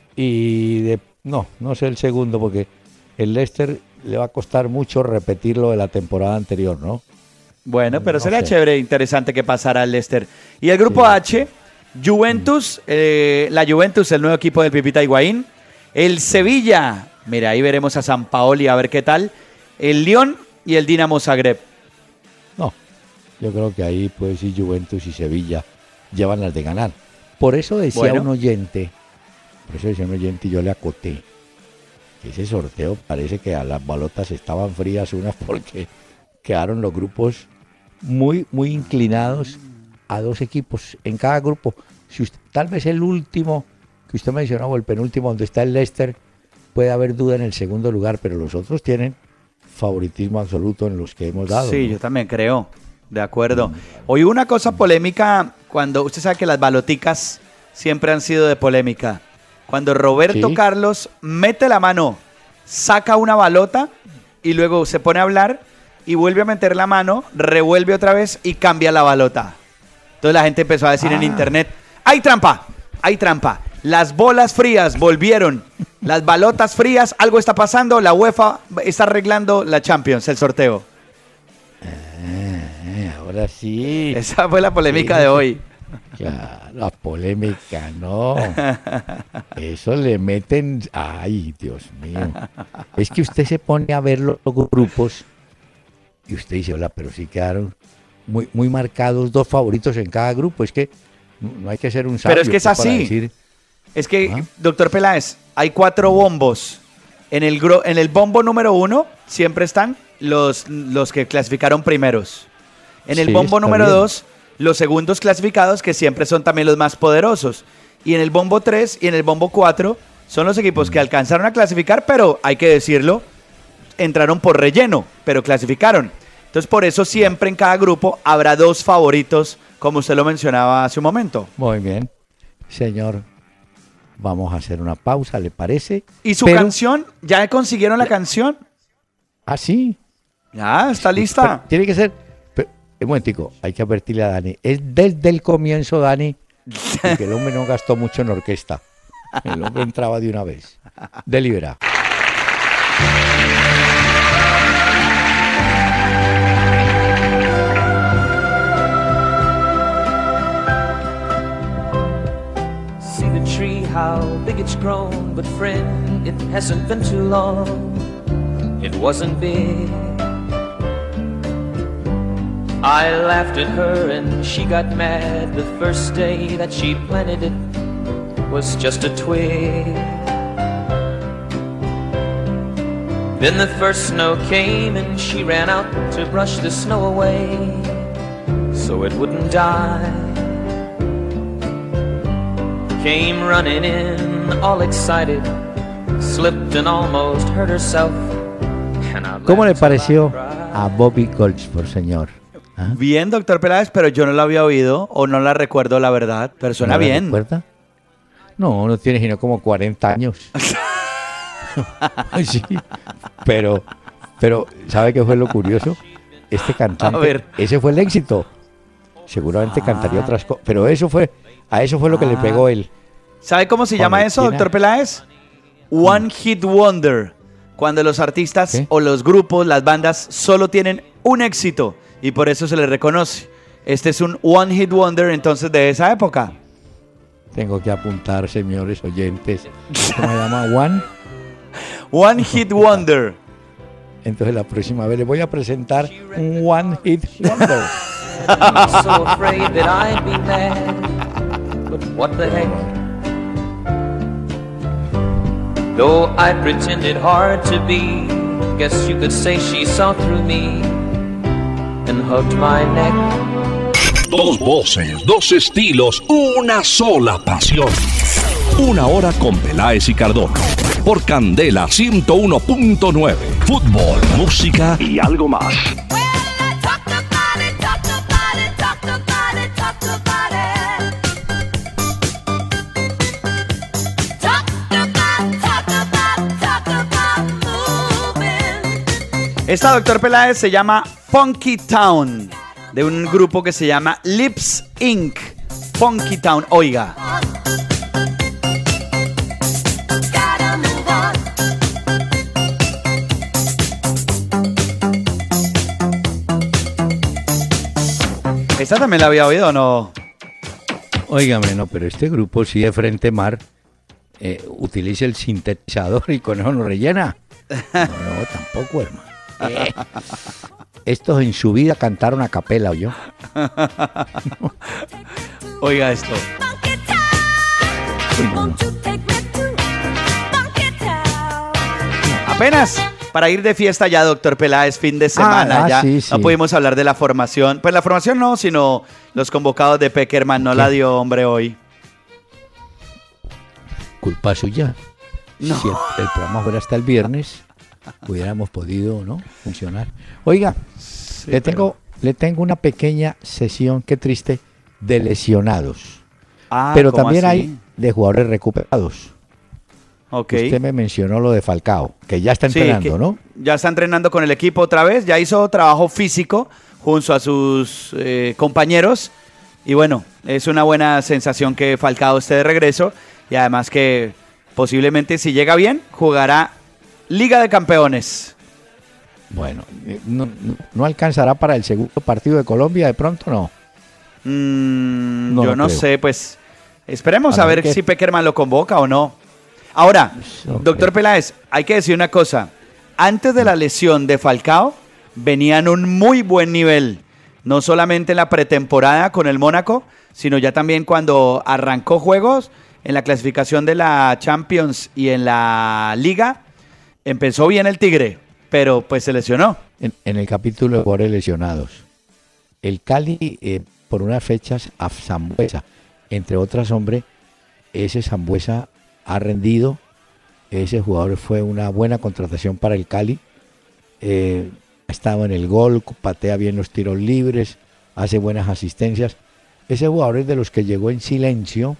y no sé el segundo porque el Leicester le va a costar mucho repetir lo de la temporada anterior, ¿no? Bueno, pero No sería sé. chévere, interesante que pasara el Leicester. Y el grupo Sí. H, Juventus, la Juventus, el nuevo equipo del Pipita Higuaín. El Sevilla, mira, ahí veremos a Sampaoli a ver qué tal. El Lyon y el Dinamo Zagreb. No, yo creo que ahí pues sí Juventus y Sevilla llevan las de ganar. Por eso decía Bueno. un oyente, y yo le acoté, que ese sorteo parece que a las balotas estaban frías unas porque quedaron los grupos muy inclinados a dos equipos en cada grupo. Si usted, tal vez el último que usted mencionó o el penúltimo donde está el Leicester, puede haber duda en el segundo lugar, pero los otros tienen favoritismo absoluto en los que hemos dado. Sí, ¿no? yo también creo. De acuerdo. Hoy una cosa polémica, cuando usted sabe que las baloticas siempre han sido de polémica. Cuando Roberto Sí. Carlos mete la mano, saca una balota y luego se pone a hablar y vuelve a meter la mano, revuelve otra vez y cambia la balota. Entonces la gente empezó a decir en internet, ¡hay trampa! ¡Hay trampa! Las bolas frías volvieron. Las balotas frías, algo está pasando. La UEFA está arreglando la Champions, el sorteo. Ahora sí. Esa fue la polémica Sí. de hoy. Claro, la polémica, no. Eso le meten. Ay, Dios mío. Es que usted se pone a ver los grupos y usted dice, hola, pero sí quedaron muy marcados dos favoritos en cada grupo. Es que no hay que ser un sabio. Pero es que es pues, para así. decir, Es que, ¿Ah? doctor Peláez, hay 4 bombos. En el bombo número 1 siempre están los que clasificaron primeros. En el Sí, bombo está número bien. 2, los segundos clasificados, que siempre son también los más poderosos. Y en el bombo 3 y en el bombo 4 son los equipos que alcanzaron a clasificar, pero hay que decirlo, entraron por relleno, pero clasificaron. Entonces, por eso siempre en cada grupo habrá 2 favoritos, como usted lo mencionaba hace un momento. muy bien, señor. Vamos a hacer una pausa, ¿le parece? ¿Y su Pero- canción? ¿Ya consiguieron la canción? Ah, sí. Ya, está Pero lista. tiene que ser. Un momentico, hay que advertirle a Dani. Es desde el comienzo, Dani, porque el hombre no gastó mucho en orquesta. El hombre entraba de una vez. Delibera. See the tree, how big it's grown, but friend, it hasn't been too long. It wasn't big. I laughed at her and she got mad the first day that she planted it was just a twig. Then the first snow came and she ran out to brush the snow away so it wouldn't die. Came running in all excited, slipped and almost hurt herself. And I ¿Cómo le laughed till I pareció cried. a Bobby Goldsboro, señor? ¿Ah? Bien, doctor Peláez, pero yo no la había oído o no la recuerdo, la verdad. Pero suena ¿No la bien. recuerda? No tiene sino como 40 años. Ay, sí. Pero, ¿sabe qué fue lo curioso? Este cantante, A ver. ese fue el éxito. Seguramente cantaría otras cosas, pero a eso fue lo que le pegó él. ¿Sabe cómo se llama Cuando eso, tiene- doctor Peláez? One Hit Wonder. Cuando los artistas ¿Qué? o los grupos, las bandas, solo tienen un éxito y por eso se les reconoce. Este es un One Hit Wonder entonces de esa época. Tengo que apuntar, señores oyentes. ¿Cómo se llama? Juan. One Hit Wonder. Entonces la próxima vez le voy a presentar un One Hit Wonder. So afraid that I'd be mad, but what the heck? Though I pretended hard to be, guess you could say she saw through me and hugged my neck. Dos voces, dos estilos, una sola pasión. Una hora con Peláez y Cardona. Por Candela 101.9. Fútbol, música y algo más. Esta, doctor Peláez, se llama Funky Town, de un grupo que se llama Lips Inc. Funky Town, oiga. ¿Esta también la había oído o no? Óigame, no, pero este grupo sí de Frente Mar utiliza el sintetizador y con eso no rellena. No, tampoco, hermano. Estos en su vida cantaron a capela, ¿oyó? Oiga esto. Apenas para ir de fiesta ya, doctor Peláez, fin de semana. Ya sí, sí. no pudimos hablar de la formación. Pues la formación no, sino los convocados de Peckerman. No la dio, hombre, hoy. Culpa suya. No. Si el programa fuera hasta el viernes, hubiéramos podido, ¿no?, funcionar. Oiga, Sí, le tengo una pequeña sesión, qué triste, de lesionados. Pero ¿cómo también así? hay de jugadores recuperados. Ok. Usted me mencionó lo de Falcao, que ya está Sí, entrenando, que ¿no? Ya está entrenando con el equipo otra vez. Ya hizo trabajo físico junto a sus compañeros. Y bueno, es una buena sensación que Falcao esté de regreso. Y además que posiblemente, si llega bien, jugará Liga de Campeones. Bueno, no alcanzará para el segundo partido de Colombia, de pronto no. No Yo lo no creo. sé, pues esperemos A a ver ver qué- si Peckerman lo convoca o no. Ahora, No doctor creo. Peláez, hay que decir una cosa. Antes de la lesión de Falcao, venía en un muy buen nivel. No solamente en la pretemporada con el Mónaco, sino ya también cuando arrancó juegos en la clasificación de la Champions y en la Liga. Empezó bien el Tigre, pero pues se lesionó. En el capítulo de jugadores lesionados, el Cali, por unas fechas, a Sambuesa, entre otras, hombre, ese Sambuesa ha rendido, ese jugador fue una buena contratación para el Cali, ha estado en el gol, patea bien los tiros libres, hace buenas asistencias. Ese jugador es de los que llegó en silencio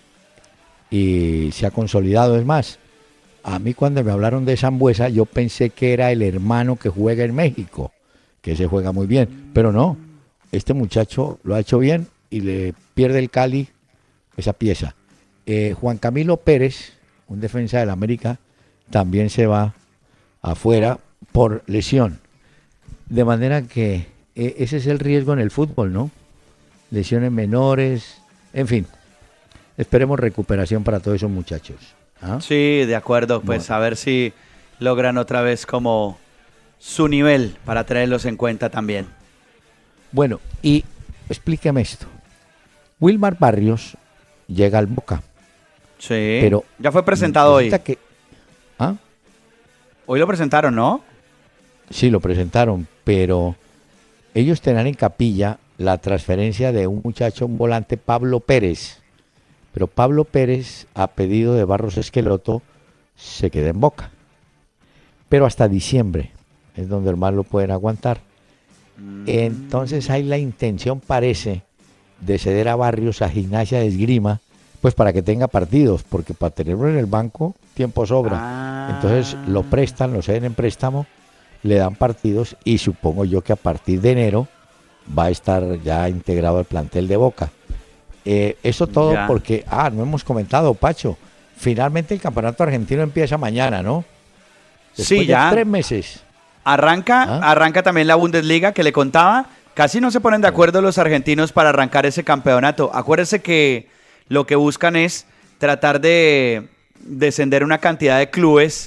y se ha consolidado. Es más, a mí cuando me hablaron de Sambuesa, yo pensé que era el hermano que juega en México, que se juega muy bien, pero no, este muchacho lo ha hecho bien y le pierde el Cali esa pieza. Juan Camilo Pérez, un defensa del América, también se va afuera por lesión. De manera que ese es el riesgo en el fútbol, ¿no? Lesiones menores, en fin. Esperemos recuperación para todos esos muchachos. ¿Ah? Sí, de acuerdo. Pues Bueno. a ver si logran otra vez como su nivel para tenerlos en cuenta también. Bueno, y explíqueme esto. Wilmar Barrios llega al Boca, Sí. pero ya fue presentado hoy. resulta que, ¿ah? Hoy lo presentaron, ¿no? Sí, lo presentaron, pero ellos tenían en capilla la transferencia de un muchacho, un volante, Pablo Pérez. Pero Pablo Pérez, a pedido de Barros Esqueloto, se queda en Boca. Pero hasta diciembre es donde más lo pueden aguantar. Entonces hay la intención, parece, de ceder a Barrios a Gimnasia de Esgrima, pues para que tenga partidos, porque para tenerlo en el banco, tiempo sobra. Ah. Entonces lo prestan, lo ceden en préstamo, le dan partidos y supongo yo que a partir de enero va a estar ya integrado al plantel de Boca. Eso todo Ya. porque, no hemos comentado, Pacho, finalmente el campeonato argentino empieza mañana, ¿no? Después Sí, de ya. 3 meses. Arranca también la Bundesliga que le contaba. Casi no se ponen de acuerdo los argentinos para arrancar ese campeonato. Acuérdese que lo que buscan es tratar de descender una cantidad de clubes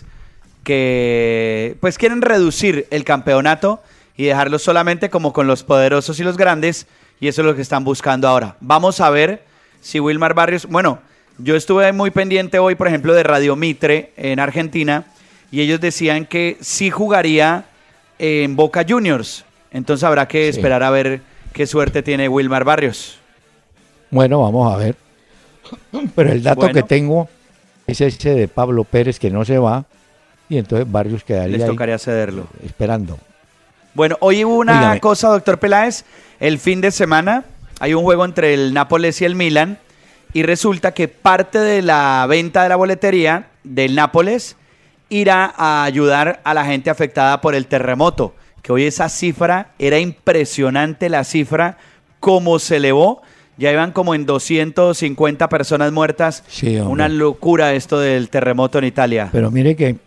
que pues quieren reducir el campeonato y dejarlo solamente como con los poderosos y los grandes, y eso es lo que están buscando ahora. Vamos a ver si Wilmar Barrios, bueno, yo estuve muy pendiente hoy, por ejemplo, de Radio Mitre en Argentina, y ellos decían que sí jugaría en Boca Juniors. Entonces habrá que Sí. esperar a ver qué suerte tiene Wilmar Barrios. Bueno, vamos a ver. Pero el dato Bueno. que tengo es ese de Pablo Pérez, que no se va, y entonces Barrios quedaría Les ahí tocaría cederlo. esperando. Bueno, hoy hubo una Dígame. cosa, doctor Peláez. El fin de semana hay un juego entre el Nápoles y el Milan, y resulta que parte de la venta de la boletería del Nápoles irá a ayudar a la gente afectada por el terremoto, que hoy esa cifra, era impresionante la cifra, cómo se elevó. Ya iban como en 250 personas muertas. Sí, hombre. Una locura esto del terremoto en Italia. Pero mire que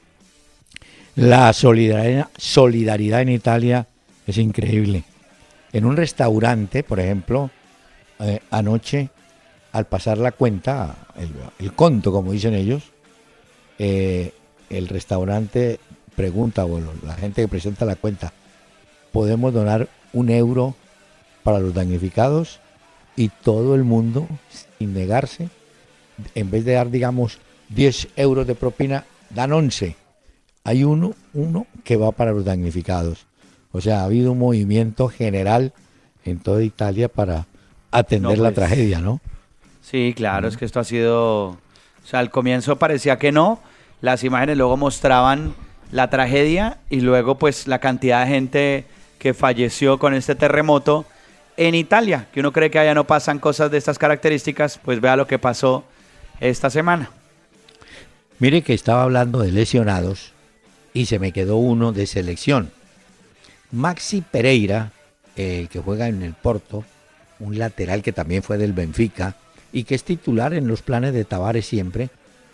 la solidaridad en Italia es increíble. En un restaurante, por ejemplo, anoche, al pasar la cuenta, el conto, como dicen ellos, el restaurante pregunta, o la gente que presenta la cuenta, podemos donar 1 euro para los damnificados, y todo el mundo, sin negarse, en vez de dar, digamos, 10 euros de propina, dan 11. Hay uno que va para los damnificados. O sea, ha habido un movimiento general en toda Italia para atender No, la pues, tragedia, ¿no? Sí, claro, es que esto ha sido... O sea, al comienzo parecía que no, las imágenes luego mostraban la tragedia y luego pues la cantidad de gente que falleció con este terremoto en Italia, que uno cree que allá no pasan cosas de estas características, pues vea lo que pasó esta semana. Mire que estaba hablando de lesionados y se me quedó uno de selección. Maxi Pereira, que juega en el Porto, un lateral que también fue del Benfica y que es titular en los planes de Tavares siempre,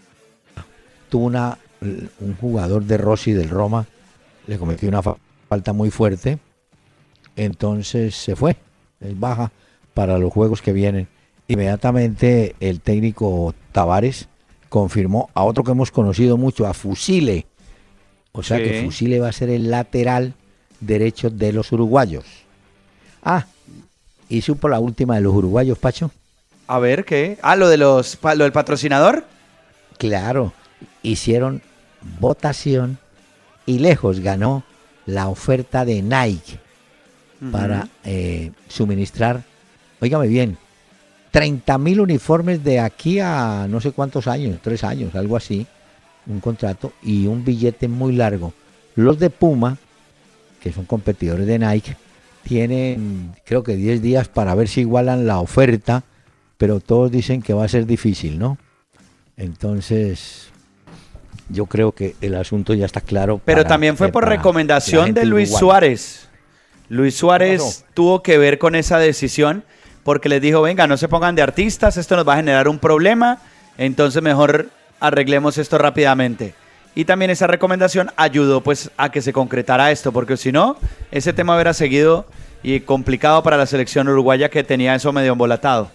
tuvo un jugador de Rossi del Roma, le cometió una falta muy fuerte, entonces se fue, es baja para los juegos que vienen. Inmediatamente el técnico Tavares confirmó a otro que hemos conocido mucho, a Fusile. O sea Sí. que Fusile va a ser el lateral derecho de los uruguayos. Ah, y supo la última de los uruguayos, Pacho. A ver, ¿qué? Ah, lo lo del patrocinador. Claro, hicieron votación y lejos ganó la oferta de Nike para suministrar, óigame bien, 30.000 uniformes de aquí a no sé cuántos años, 3 años, algo así, un contrato y un billete muy largo. Los de Puma, que son competidores de Nike, tienen creo que 10 días para ver si igualan la oferta, pero todos dicen que va a ser difícil, ¿no? Entonces, yo creo que el asunto ya está claro. Pero para- también fue por para la recomendación gente de Luis uruguaya. Suárez. Luis ¿Qué Suárez pasó? tuvo que ver con esa decisión porque les dijo, venga, no se pongan de artistas, esto nos va a generar un problema, entonces mejor arreglemos esto rápidamente. Y también esa recomendación ayudó pues a que se concretara esto, porque si no, ese tema hubiera seguido y complicado para la selección uruguaya que tenía eso medio embolatado.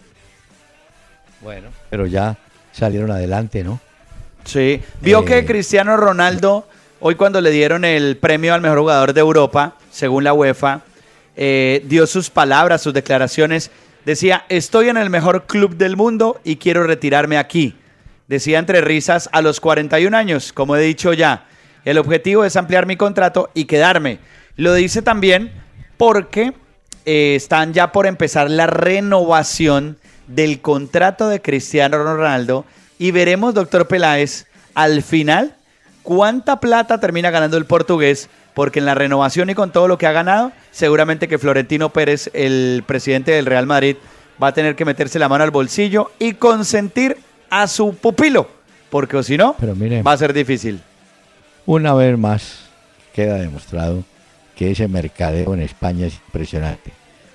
Bueno, pero ya salieron adelante, ¿no? Sí, vio que Cristiano Ronaldo, hoy cuando le dieron el premio al mejor jugador de Europa, según la UEFA, dio sus palabras, sus declaraciones. Decía, estoy en el mejor club del mundo y quiero retirarme aquí. Decía entre risas, a los 41 años, como he dicho ya, el objetivo es ampliar mi contrato y quedarme. Lo dice también porque están ya por empezar la renovación del contrato de Cristiano Ronaldo y veremos, doctor Peláez, al final, cuánta plata termina ganando el portugués, porque en la renovación y con todo lo que ha ganado, seguramente que Florentino Pérez, el presidente del Real Madrid, va a tener que meterse la mano al bolsillo y consentir a su pupilo, porque o si no, Pero mire, va a ser difícil. una vez más queda demostrado que ese mercadeo en España es impresionante.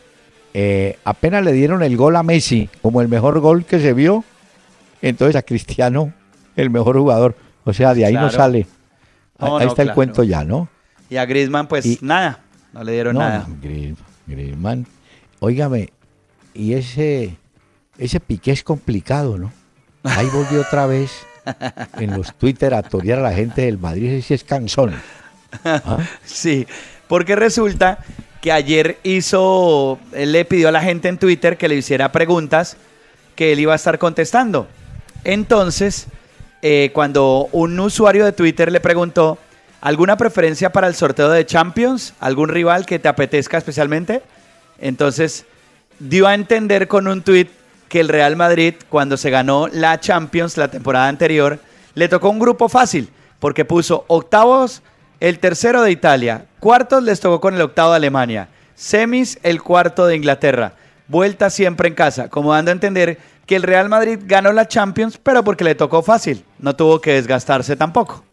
Apenas le dieron el gol a Messi como el mejor gol que se vio, entonces a Cristiano el mejor jugador. O sea, de ahí no Claro. sale. No, Ahí no, está el claro. cuento ya, ¿no? Y a Griezmann, pues Y- nada, no le dieron nada. Griezmann. Óigame, y ese Piqué es complicado, ¿no? Ahí volvió otra vez en los Twitter a torear a la gente del Madrid, ese sí es cansón. ¿Ah? Sí, porque resulta que ayer él le pidió a la gente en Twitter que le hiciera preguntas que él iba a estar contestando. Entonces, cuando un usuario de Twitter le preguntó, ¿alguna preferencia para el sorteo de Champions? ¿Algún rival que te apetezca especialmente? Entonces, dio a entender con un tuit que el Real Madrid, cuando se ganó la Champions la temporada anterior, le tocó un grupo fácil, porque puso octavos el tercero de Italia, cuartos les tocó con el octavo de Alemania, semis el cuarto de Inglaterra, vuelta siempre en casa, como dando a entender que el Real Madrid ganó la Champions, pero porque le tocó fácil, no tuvo que desgastarse tampoco.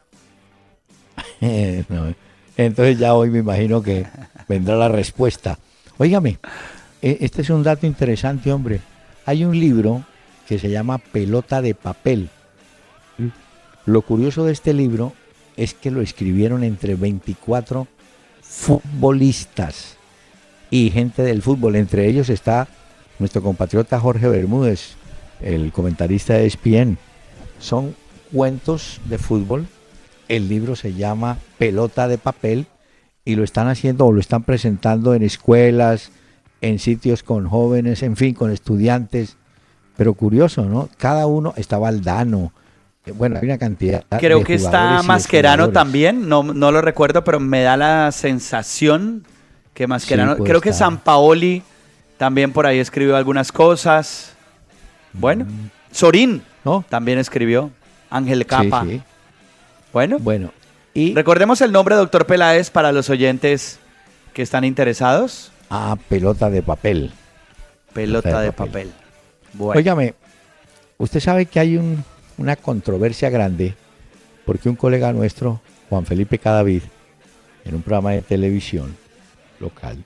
No, entonces ya hoy me imagino que vendrá la respuesta. Óigame, este es un dato interesante, hombre. Hay un libro que se llama Pelota de Papel. Lo curioso de este libro es que lo escribieron entre 24 futbolistas y gente del fútbol. Entre ellos está nuestro compatriota Jorge Bermúdez, el comentarista de ESPN. Son cuentos de fútbol El libro se llama Pelota de Papel y lo están haciendo o lo están presentando en escuelas, en sitios con jóvenes, en fin, con estudiantes. Pero curioso, ¿no? Cada uno, está Valdano, bueno, hay una cantidad. Creo de que está jugadores y Mascherano exjugadores. también, no lo recuerdo, pero me da la sensación que Mascherano, Sí, puede creo que estar. Sampaoli también por ahí escribió algunas cosas. Bueno, Sorín ¿No? también escribió, Ángel Capa. Sí, sí. Bueno, Bueno, y recordemos el nombre, doctor Peláez, para los oyentes que están interesados. Pelota de Papel. Pelota de papel. Bueno, Óigame, usted sabe que hay una controversia grande porque un colega nuestro, Juan Felipe Cadavid, en un programa de televisión local,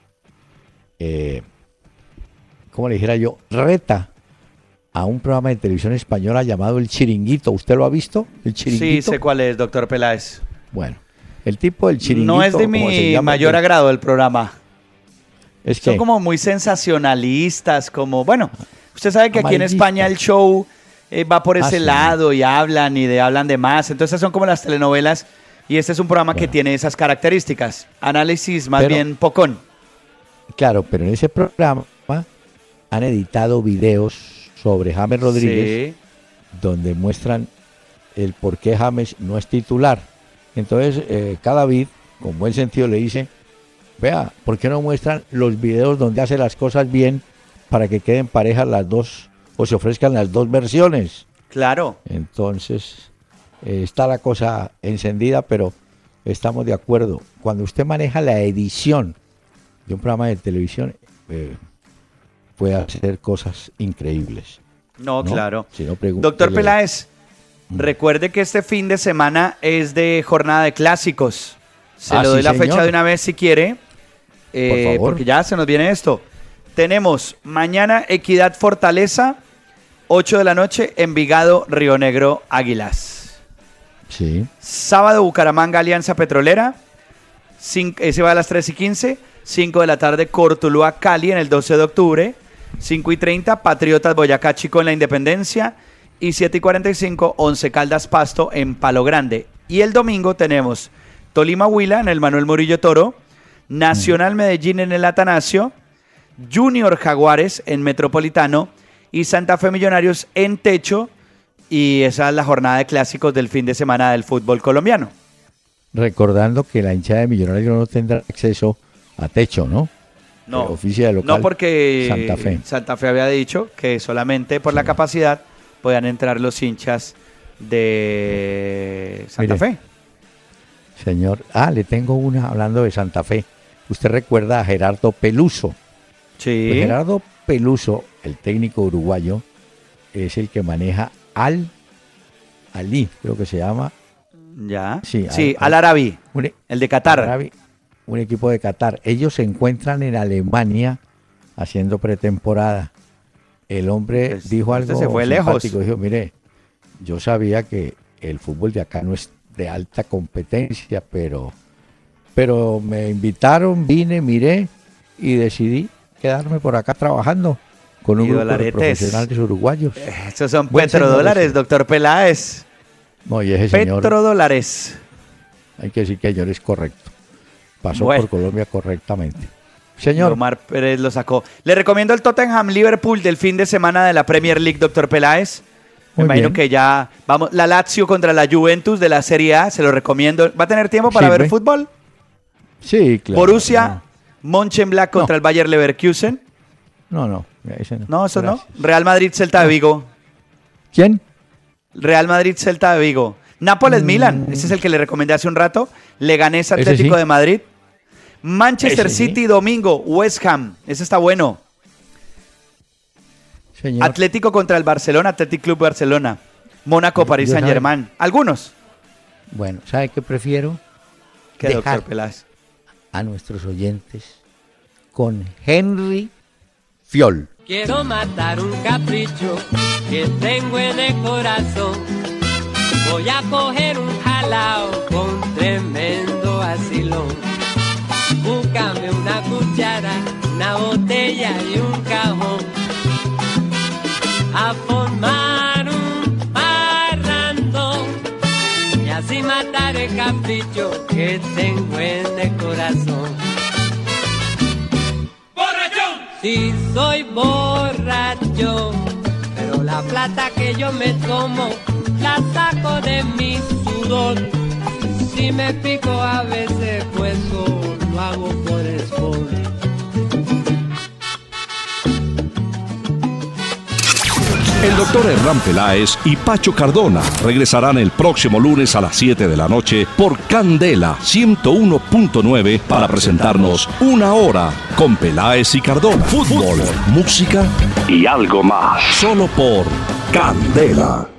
como le dijera yo, reta a un programa de televisión española llamado El Chiringuito. ¿Usted lo ha visto? El sí, Chiringuito. sé cuál es, doctor Peláez. Bueno, el tipo del Chiringuito. No es de como se mi llama, mayor agrado el programa. Es Son que como muy sensacionalistas, como, bueno, usted sabe que aquí en Amarillistas. España el show va por ese sí. lado y hablan hablan de más, entonces son como las telenovelas y este es un programa que Bueno. tiene esas características, análisis más Pero- bien pocón. claro, pero en ese programa han editado videos sobre James Rodríguez, Sí. donde muestran el por qué James no es titular. Entonces, Cadavid, con buen sentido, le dice, vea, ¿por qué no muestran los videos donde hace las cosas bien para que queden parejas las dos o se ofrezcan las dos versiones? Claro, Entonces, está la cosa encendida, pero estamos de acuerdo. Cuando usted maneja la edición de un programa de televisión, puede hacer cosas increíbles. no, ¿no? claro. Si no, pregúntele- Doctor Peláez, recuerde que este fin de semana es de jornada de clásicos. Se le Sí, doy la fecha señor. de una vez si quiere, Por favor. porque ya se nos viene esto. Tenemos mañana Equidad Fortaleza, 8 de la noche, Envigado, Río Negro, Águilas. Sí. Sábado Bucaramanga, Alianza Petrolera, ese va a las 3:15, 5 de la tarde Cortuluá, Cali en el 12 de octubre, 5:30 Patriotas Boyacá Chico en la Independencia y 7:45 Once Caldas Pasto en Palo Grande. Y el domingo tenemos Tolima Huila en el Manuel Murillo Toro, Nacional Medellín en el Atanasio, Junior Jaguares en Metropolitano y Santa Fe Millonarios en Techo. Y esa es la jornada de clásicos del fin de semana del fútbol colombiano. Recordando que la hinchada de Millonarios no tendrá acceso a techo, ¿no? No, Oficia de local. no porque Santa Fe. Había dicho que solamente por la capacidad podían entrar los hinchas de Santa Mire. Fe. Señor, le tengo una hablando de Santa Fe. Usted recuerda a Gerardo Peluso. Sí. Pues Gerardo Peluso, el técnico uruguayo, es el que maneja Ali, creo que se llama. Ya. Sí, Al Arabi, Un, el de Qatar. Arabi, un equipo de Qatar. Ellos se encuentran en Alemania haciendo pretemporada. El hombre Pues, dijo algo se fue simpático. lejos. Dijo, mire, yo sabía que el fútbol de acá no es de alta competencia, pero me invitaron, vine, miré y decidí quedarme por acá trabajando con un Y grupo de dolaretes. profesionales uruguayos. Esos son Buen señor petrodólares, ese. doctor Peláez. No, y ese señor, Petrodólares. hay que decir que el señor es correcto. Pasó Bueno. por Colombia correctamente. Señor, Omar Pérez lo sacó. Le recomiendo el Tottenham Liverpool del fin de semana de la Premier League, doctor Peláez. Me Muy imagino bien. que ya vamos. La Lazio contra la Juventus de la Serie A, se lo recomiendo. ¿Va a tener tiempo para Sí, ver ve. fútbol? sí, claro. Borussia Mönchengladbach contra el Bayer Leverkusen. No, ese no. No, eso Gracias. no. Real Madrid Celta de Vigo. ¿Quién? Real Madrid Celta de Vigo. Nápoles Milan, ese es el que le recomendé hace un rato. Leganés Ese Atlético sí. de Madrid. Manchester Ese sí. City domingo, West Ham, ese está bueno. Señor. Atlético contra el Barcelona, Athletic Club Barcelona. Mónaco, París Yo Saint Germain. Algunos. Bueno, ¿sabe qué prefiero? ¿Qué, Dejar doctor Peláez? a nuestros oyentes con Henry Fiol. Quiero matar un capricho que tengo en el corazón. Voy a coger un jalao con tremendo asilón. Búscame una cuchara, una botella y un cajón. A formar un parrandón y así matar el capricho que tengo en el corazón. ¡Borrachón! Sí, soy borracho, pero la plata que yo me tomo la saco de mi sudor. Si me pico a veces, pues lo hago por sport. El doctor Hernán Peláez y Pacho Cardona regresarán el próximo lunes a las 7 de la noche por Candela 101.9 para presentarnos Una Hora con Peláez y Cardona. Fútbol, música y algo más. Solo por Candela.